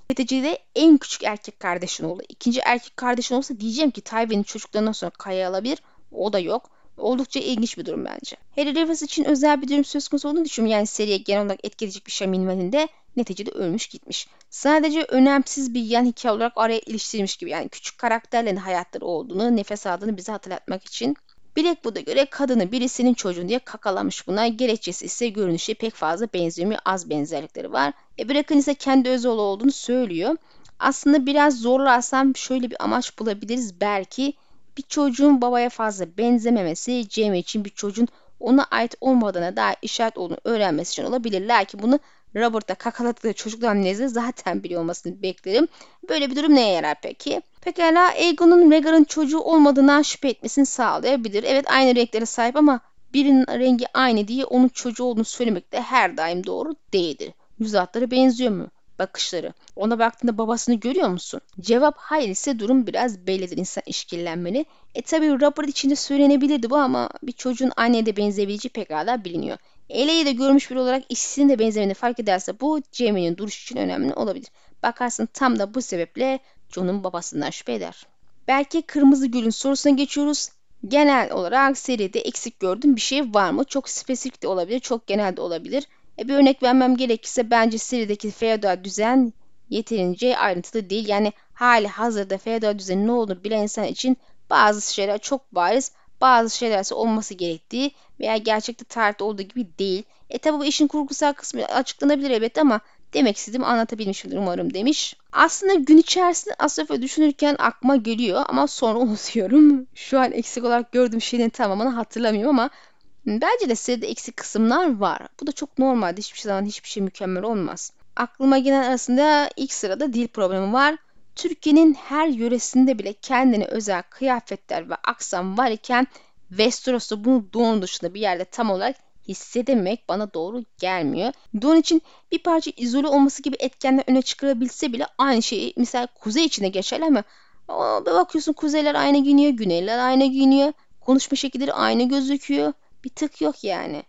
Neticede en küçük erkek kardeşin oldu. İkinci erkek kardeşin olsa diyeceğim ki Tywin'in çocuklarından sonra Kaya alabilir. O da yok. Oldukça ilginç bir durum bence. Harry Rivers için özel bir durum söz konusu olduğunu düşünüyorum. Yani seriye genel olarak etkileyecek bir şey minvalinde neticede ölmüş gitmiş. Sadece önemsiz bir yan hikaye olarak araya iliştirilmiş gibi. Yani küçük karakterlerin hayatları olduğunu, nefes aldığını bize hatırlatmak için. Blackwood'a göre kadını birisinin çocuğun diye kakalamış buna. Gerekçesi ise görünüşe pek fazla benzemiyor. Az benzerlikleri var. E Brack'ın ise kendi özel olduğunu söylüyor. Aslında biraz zorlarsam şöyle bir amaç bulabiliriz. Belki bir çocuğun babaya fazla benzememesi Jaime için bir çocuğun ona ait olmadığına dair işaret olduğunu öğrenmesi için olabilir. Lakin bunu Robert'ta kakaladıkları çocukların nezdinde zaten biliyor olmasını beklerim. Böyle bir durum neye yarar peki? Pekala Aegon'un Rhaegar'ın çocuğu olmadığından şüphe etmesini sağlayabilir. Evet aynı renklere sahip ama birinin rengi aynı diye onun çocuğu olduğunu söylemek de her daim doğru değildir. Yüz hatları benziyor mu? Bakışları. Ona baktığında babasını görüyor musun? Cevap hayır ise durum biraz bellidir, insan işkillenmeli. E tabi Robert için de söylenebilirdi bu ama bir çocuğun anneye de benzeyebileceği pekala biliniyor. Ele'yi de görmüş biri olarak ikisinin de benzemediğini fark ederse bu Jaime'nin duruşu için önemli olabilir. Bakarsın tam da bu sebeple Jon'un babasından şüphe eder. Belki Kırmızı Gül'ün sorusuna geçiyoruz. Genel olarak seride eksik gördüğün bir şey var mı? Çok spesifik de olabilir, çok genel de olabilir. E bir örnek vermem gerekirse bence serideki feodal düzen yeterince ayrıntılı değil. Yani hali hazırda feodal düzenin ne olur bilen insan için bazı şeyler çok bariz, bazı şeyler ise olması gerektiği veya gerçekte tarihte olduğu gibi değil. E tabi bu işin kurgusal kısmı açıklanabilir elbette ama demek istediğimi anlatabilmişimdir umarım demiş. Aslında gün içerisinde Asaf'ı düşünürken aklıma geliyor ama sonra unutuyorum. Şu an eksik olarak gördüğüm şeyin tamamını hatırlamıyorum ama bence de seride eksik kısımlar var. Bu da çok normal. Hiçbir zaman hiçbir şey mükemmel olmaz. Aklıma gelen arasında ilk sırada dil problemi var. Türkiye'nin her yöresinde bile kendine özel kıyafetler ve aksan var iken Westeros'ta bunu doğunun dışında bir yerde tam olarak hissedemek bana doğru gelmiyor. Doğun için bir parça izole olması gibi etkenler öne çıkarabilse bile aynı şey mesela kuzey içinde geçerli ama aa, bir bakıyorsun kuzeyler aynı giyiniyor, güneyler aynı giyiniyor, konuşma şekilleri aynı gözüküyor. Bir tık yok yani.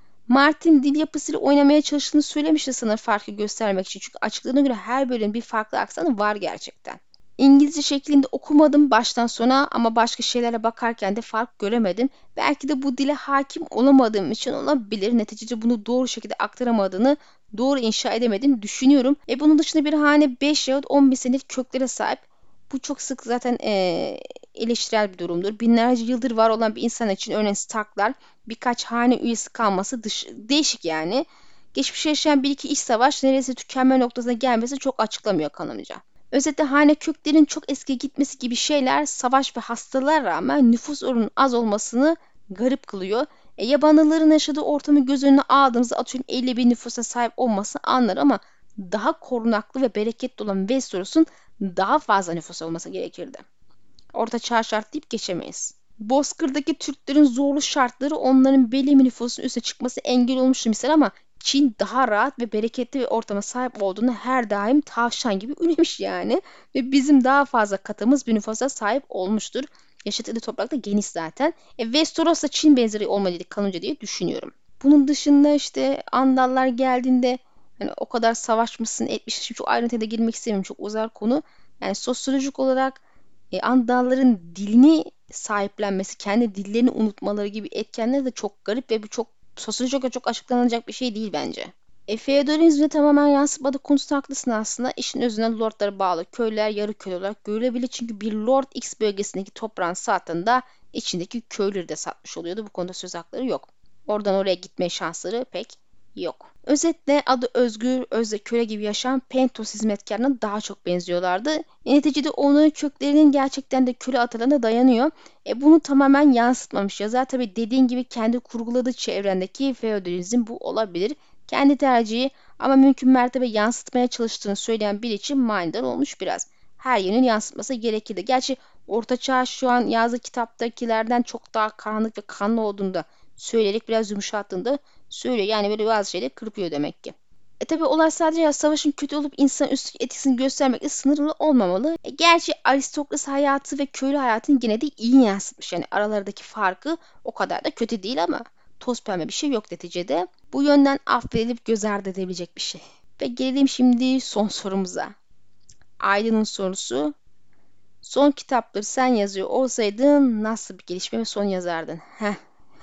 Martin dil yapısıyla oynamaya çalıştığını söylemişti sanırım farkı göstermek için. Çünkü açıkladığına göre her bölümün bir farklı aksanı var gerçekten. İngilizce şeklinde okumadım baştan sona ama başka şeylere bakarken de fark göremedim. Belki de bu dile hakim olamadığım için olabilir. Neticede bunu doğru şekilde aktaramadığını, doğru inşa edemediğini düşünüyorum. E bunun dışında bir hane beş yahut on bin senelik köklere sahip. Bu çok sık zaten e, eleştirel bir durumdur. Binlerce yıldır var olan bir insan için örneğin Starklar birkaç hane üyesi kalması dış, değişik yani. Geçmişte yaşayan bir iki iç savaş neredeyse tükenme noktasına gelmesi çok açıklamıyor kanımca. Özetle hane köklerin çok eski gitmesi gibi şeyler savaş ve hastalığa rağmen nüfus oranının az olmasını garip kılıyor. E, yabanlıların yaşadığı ortamı göz önüne aldığımızda atıyorum elli bin nüfusa sahip olması anlar ama daha korunaklı ve bereketli olan Westeros'un daha fazla nüfus olması gerekirdi. Orta çağ şart deyip geçemeyiz. Bozkır'daki Türklerin zorlu şartları onların belli bir nüfusun üstüne çıkması engel olmuştu misal ama Çin daha rahat ve bereketli bir ortama sahip olduğunu her daim tavşan gibi üremiş yani. Ve bizim daha fazla katımız bir nüfusa sahip olmuştur. Yaşadığı toprak da geniş zaten. E, Westeros da Çin benzeri olmalıydı kalınca diye düşünüyorum. Bunun dışında işte Andallar geldiğinde hani o kadar savaşmışsın etmişsin. Şimdi çok ayrıntıya da girmek istemiyorum. Çok uzar konu. Yani sosyolojik olarak e, Andalların dilini sahiplenmesi, kendi dillerini unutmaları gibi etkenler de çok garip ve bu çok sosyolojik olarak çok açıklanacak bir şey değil bence. E, feodalizmde tamamen yansıtmada konusunda haklısın aslında. İşin özüne lordlara bağlı köyler yarı köle olarak görülebilir. Çünkü bir lord X bölgesindeki toprağın sattığında içindeki köyleri de satmış oluyordu. Bu konuda söz hakları yok. Oradan oraya gitme şansları pek yok. Özetle adı özgür, özde köle gibi yaşayan Pentos hizmetkarına daha çok benziyorlardı. E, neticede onların köklerinin gerçekten de köle atalarına dayanıyor. E, bunu tamamen yansıtmamış yazar. Tabi dediğin gibi kendi kurguladığı çevrendeki feodalizm bu olabilir. Kendi tercihi ama mümkün mertebe yansıtmaya çalıştığını söyleyen biri için manidar olmuş biraz. Her yönün yansıtması gerekirdi. Gerçi Orta Çağ şu an yazdığı kitaptakilerden çok daha karanlık ve kanlı olduğunu da söyleyerek biraz yumuşattığında söylüyor. Yani böyle bazı şeyleri kırpıyor demek ki. E tabi olay sadece ya savaşın kötü olup insan üstlük etkisini göstermekle sınırlı olmamalı. E gerçi aristokrasi hayatı ve köylü hayatını gene de iyi yansıtmış. Yani aralarındaki farkı o kadar da kötü değil ama toz pembe bir şey yok neticede. Bu yönden affedilip göz ardı edebilecek bir şey. Ve gelelim şimdi son sorumuza. Aydın'ın sorusu. Son kitapları sen yazıyor olsaydın nasıl bir gelişme ve son yazardın? Heh.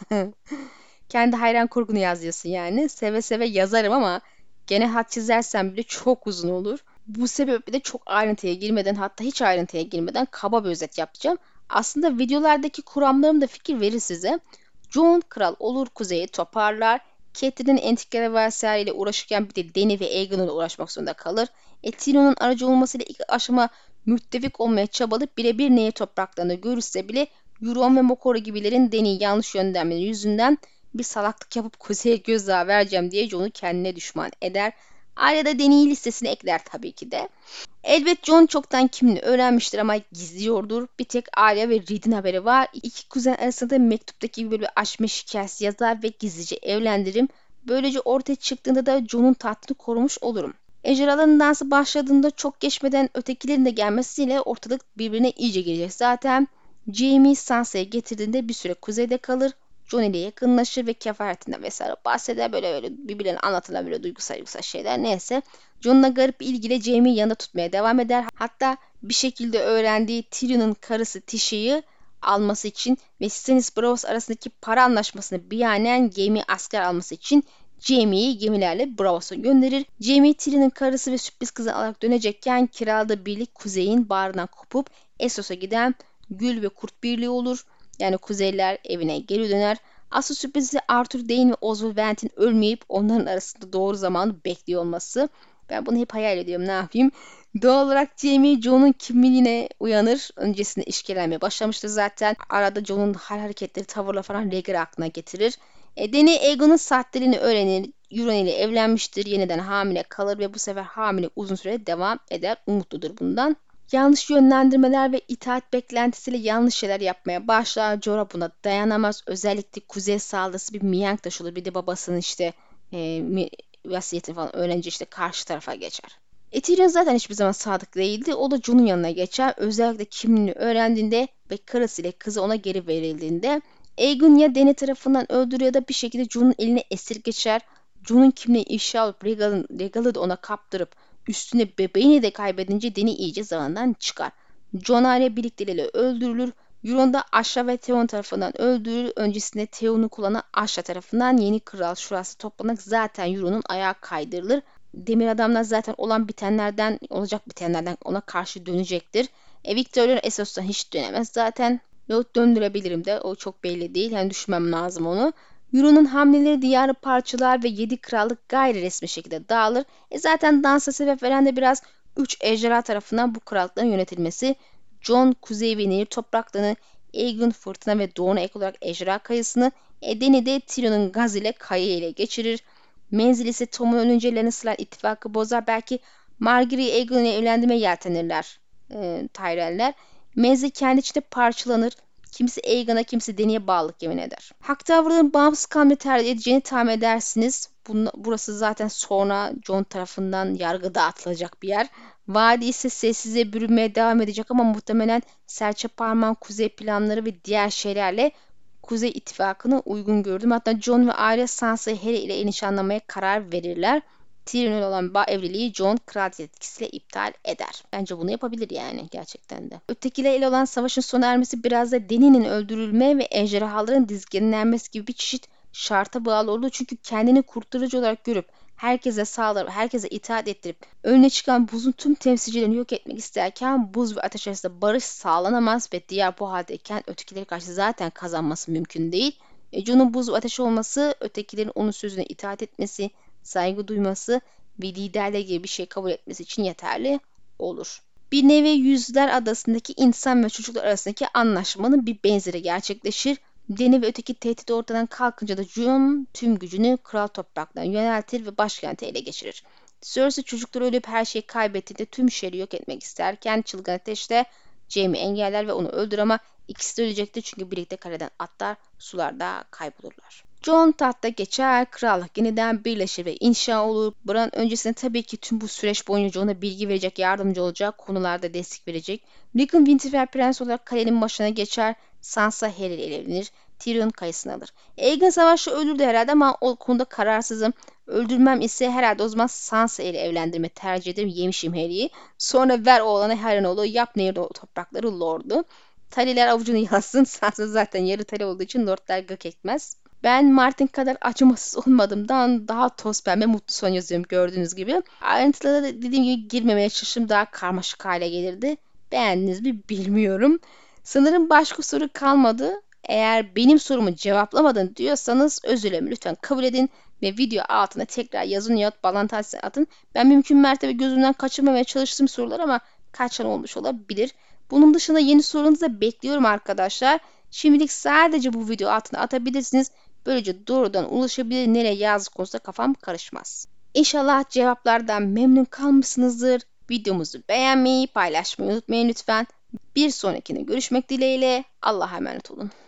Kendi hayran kurgunu yazıyorsun yani. Seve seve yazarım ama gene hat çizersem bile çok uzun olur. Bu sebeple de çok ayrıntıya girmeden, hatta hiç ayrıntıya girmeden kaba bir özet yapacağım. Aslında videolardaki kuramlarım da fikir verir size. Jon kral olur, kuzeyi toparlar. Catelyn entrikalar vesaire uğraşırken bir de Dany ve Aegon'la uğraşmak zorunda kalır. E, Tyrion'un aracı olmasıyla ilk aşama müttefik olmaya çabalayıp birebir Nehir topraklarında görüşse bile Euron ve Mokoro gibilerin Dany'yi yanlış yönlenmeleri yüzünden bir salaklık yapıp kuzeye gözdağı vereceğim diye Jon'u kendine düşman eder. Arya da Dany'yi listesine ekler tabii ki de. Elbet Jon çoktan kimliğini öğrenmiştir ama gizliyordur. Bir tek Arya ve Reed'in haberi var. İki kuzen arasında mektuptaki gibi böyle bir aşk meşk hikayesi yazar ve gizlice evlendiririm. Böylece ortaya çıktığında da Jon'un tahtını korumuş olurum. Ejderhaların dansı başladığında çok geçmeden ötekilerin de gelmesiyle ortalık birbirine iyice girecek. Zaten Jaime Sansa'ya getirdiğinde bir süre kuzeyde kalır. Jon ile yakınlaşır ve kefaretinden vesaire bahseder. Böyle böyle birbirlerine anlatılan böyle duygusal duygusal şeyler. Neyse. Jon'la garip bir ilgiyle Jaime'yi yanında tutmaya devam eder. Hatta bir şekilde öğrendiği Tyrion'un karısı Tisha'yı alması için ve Stannis Braavos arasındaki para anlaşmasını biyanen Jaime asker alması için Jaime'yi gemilerle Braavos'a gönderir. Jaime Tyrion'un karısı ve sürpriz kızı alarak dönecekken kiraladığı birlik kuzeyin bağrından kopup Essos'a giden Gül ve Kurt Birliği olur. Yani Kuzeyliler evine geri döner. Asıl sürprizi Arthur Dayne ve Oswald Vent'in ölmeyip onların arasında doğru zamanı bekliyor olması. Ben bunu hep hayal ediyorum, ne yapayım. Doğal olarak Jaime Jon'un kimliğine uyanır. Öncesinde işkelenmeye başlamıştır zaten. Arada Jon'un hal hareketleri, tavırla falan Rhaegar'ı aklına getirir. E, Dany Aegon'un sahtekliğini öğrenir. Euron ile evlenmiştir. Yeniden hamile kalır ve bu sefer hamile uzun süre devam eder. Umutludur bundan. Yanlış yönlendirmeler ve itaat beklentisiyle yanlış şeyler yapmaya başlar. Jorah buna dayanamaz. Özellikle kuzey saldırısı bir miyank taşı olur. Bir de babasının işte e, vasiyetini falan öğrenince işte karşı tarafa geçer. E, Tyrion zaten hiçbir zaman sadık değildi. O da Jon'un yanına geçer. Özellikle kimliğini öğrendiğinde ve karısı ile kızı ona geri verildiğinde Aegon ya Dany tarafından öldürüyor ya da bir şekilde Jon'un eline esir geçer. Jon'un kimliği ifşa olup Rhaegal'ı da ona kaptırıp üstüne bebeğini de kaybedince Dany iyice zamandan çıkar. Jon Arya birlikleriyle öldürülür. Euron da Asha ve Theon tarafından öldürülür. Öncesinde Theon'u kullanan Asha tarafından yeni kral şurası toplanarak zaten Euron'un ayağı kaydırılır. Demir adamlar zaten olan bitenlerden, olacak bitenlerden ona karşı dönecektir. E, Victoria'nın Essos'tan hiç dönemez zaten. Yahut döndürebilirim de, o çok belli değil. Yani düşmem lazım onu. Euron'un hamleleri diyarı parçalar ve yedi krallık gayri resmi şekilde dağılır. E zaten dansa sebep veren de biraz üç ejderha tarafından bu krallıkların yönetilmesi. Jon Kuzey ve Nehir topraklarını, Aegon fırtına ve doğuna ek olarak ejderha kayısını, e, Dany de Tyrion'un gaz ile kayayı ele geçirir. Menzil ise Tom'un ölünce Lannister'lar ittifakı bozar. Belki Margaery'i Aegon ile evlendirmeye yeltenirler e, Tyrell'ler. Menzil kendi içinde parçalanır. Kimisi Aegon'a, kimisi Dany'ye bağlılık yemin eder. Hak tavırların bağımsız kalmayı tercih edeceğini tahmin edersiniz. Bun, burası zaten sonra Jon tarafından yargı dağıtılacak bir yer. Vadi ise sessizliğe bürünmeye devam edecek ama muhtemelen serçe parmağın kuzey planları ve diğer şeylerle Kuzey İttifakı'nı uygun gördüm. Hatta Jon ve Arya Sansa'yı Harry ile nişanlamaya karar verirler. Tyrion'la olan bağ evliliği Jon kraliyet etkisiyle iptal eder. Bence bunu yapabilir yani gerçekten de. Ötekiyle ile olan savaşın sona ermesi biraz da Dany'nin öldürülme ve ejderhaların dizginlenmesi gibi bir çeşit şarta bağlı oldu. Çünkü kendini kurtarıcı olarak görüp herkese saldırıp herkese itaat ettirip önüne çıkan buzun tüm temsilcilerini yok etmek isterken buz ve ateş arasında barış sağlanamaz ve diğer bu haldeyken ötekileri karşı zaten kazanması mümkün değil. E, Jon'un buz ve ateş olması, ötekilerin onun sözüne itaat etmesi, saygı duyması ve liderle gibi bir şey kabul etmesi için yeterli olur. Bir nevi Yüzler Adası'ndaki insan ve çocuklar arasındaki anlaşmanın bir benzeri gerçekleşir. Dany ve öteki tehdit ortadan kalkınca da Jon tüm gücünü kral topraklarına yöneltir ve başkenti ele geçirir. Cersei çocukları ölüp her şeyi kaybettiğinde tüm şehri yok etmek isterken çılgın ateşte Jaime'i engeller ve onu öldürür ama ikisi de ölecektir çünkü birlikte kaleden atlar, sularda kaybolurlar. Jon tahta geçer, krallık yeniden birleşir ve inşa olur. Bran öncesinde tabii ki tüm bu süreç boyunca ona bilgi verecek, yardımcı olacak, konularda destek verecek. Rickon Winterfell prens olarak kalenin başına geçer. Sansa Harry ile evlenir. Tyrion kayısını alır. Aegon savaşta öldürdü herhalde ama o konuda kararsızım. Öldürmem ise herhalde o zaman Sansa ile evlendirme tercih ederim. Yemişim Harry'i. Sonra ver oğlana Harrenhal'ı yap nehirde o toprakları lordu. Taliler avucunu yalasın. Sansa zaten yarı tali olduğu için lordlar gık etmez. Ben Martin kadar acımasız olmadığımdan daha toz pembe mutlu son yazıyorum gördüğünüz gibi. Ayrıntılara da dediğim gibi girmemeye çalıştım, daha karmaşık hale gelirdi. Beğendiniz mi bilmiyorum. Sanırım başka soru kalmadı. Eğer benim sorumu cevaplamadın diyorsanız özür dilerim, lütfen kabul edin ve video altına tekrar yazın yahut bağlantı atın. Ben mümkün mertebe gözümden kaçırmamaya çalıştım sorular ama kaçan olmuş olabilir. Bunun dışında yeni sorularınızı da bekliyorum arkadaşlar. Şimdilik sadece bu video altına atabilirsiniz. Böylece doğrudan ulaşabilir, nereye yazdık konusunda kafam karışmaz. İnşallah cevaplardan memnun kalmışsınızdır. Videomuzu beğenmeyi, paylaşmayı unutmayın lütfen. Bir sonrakine görüşmek dileğiyle. Allah'a emanet olun.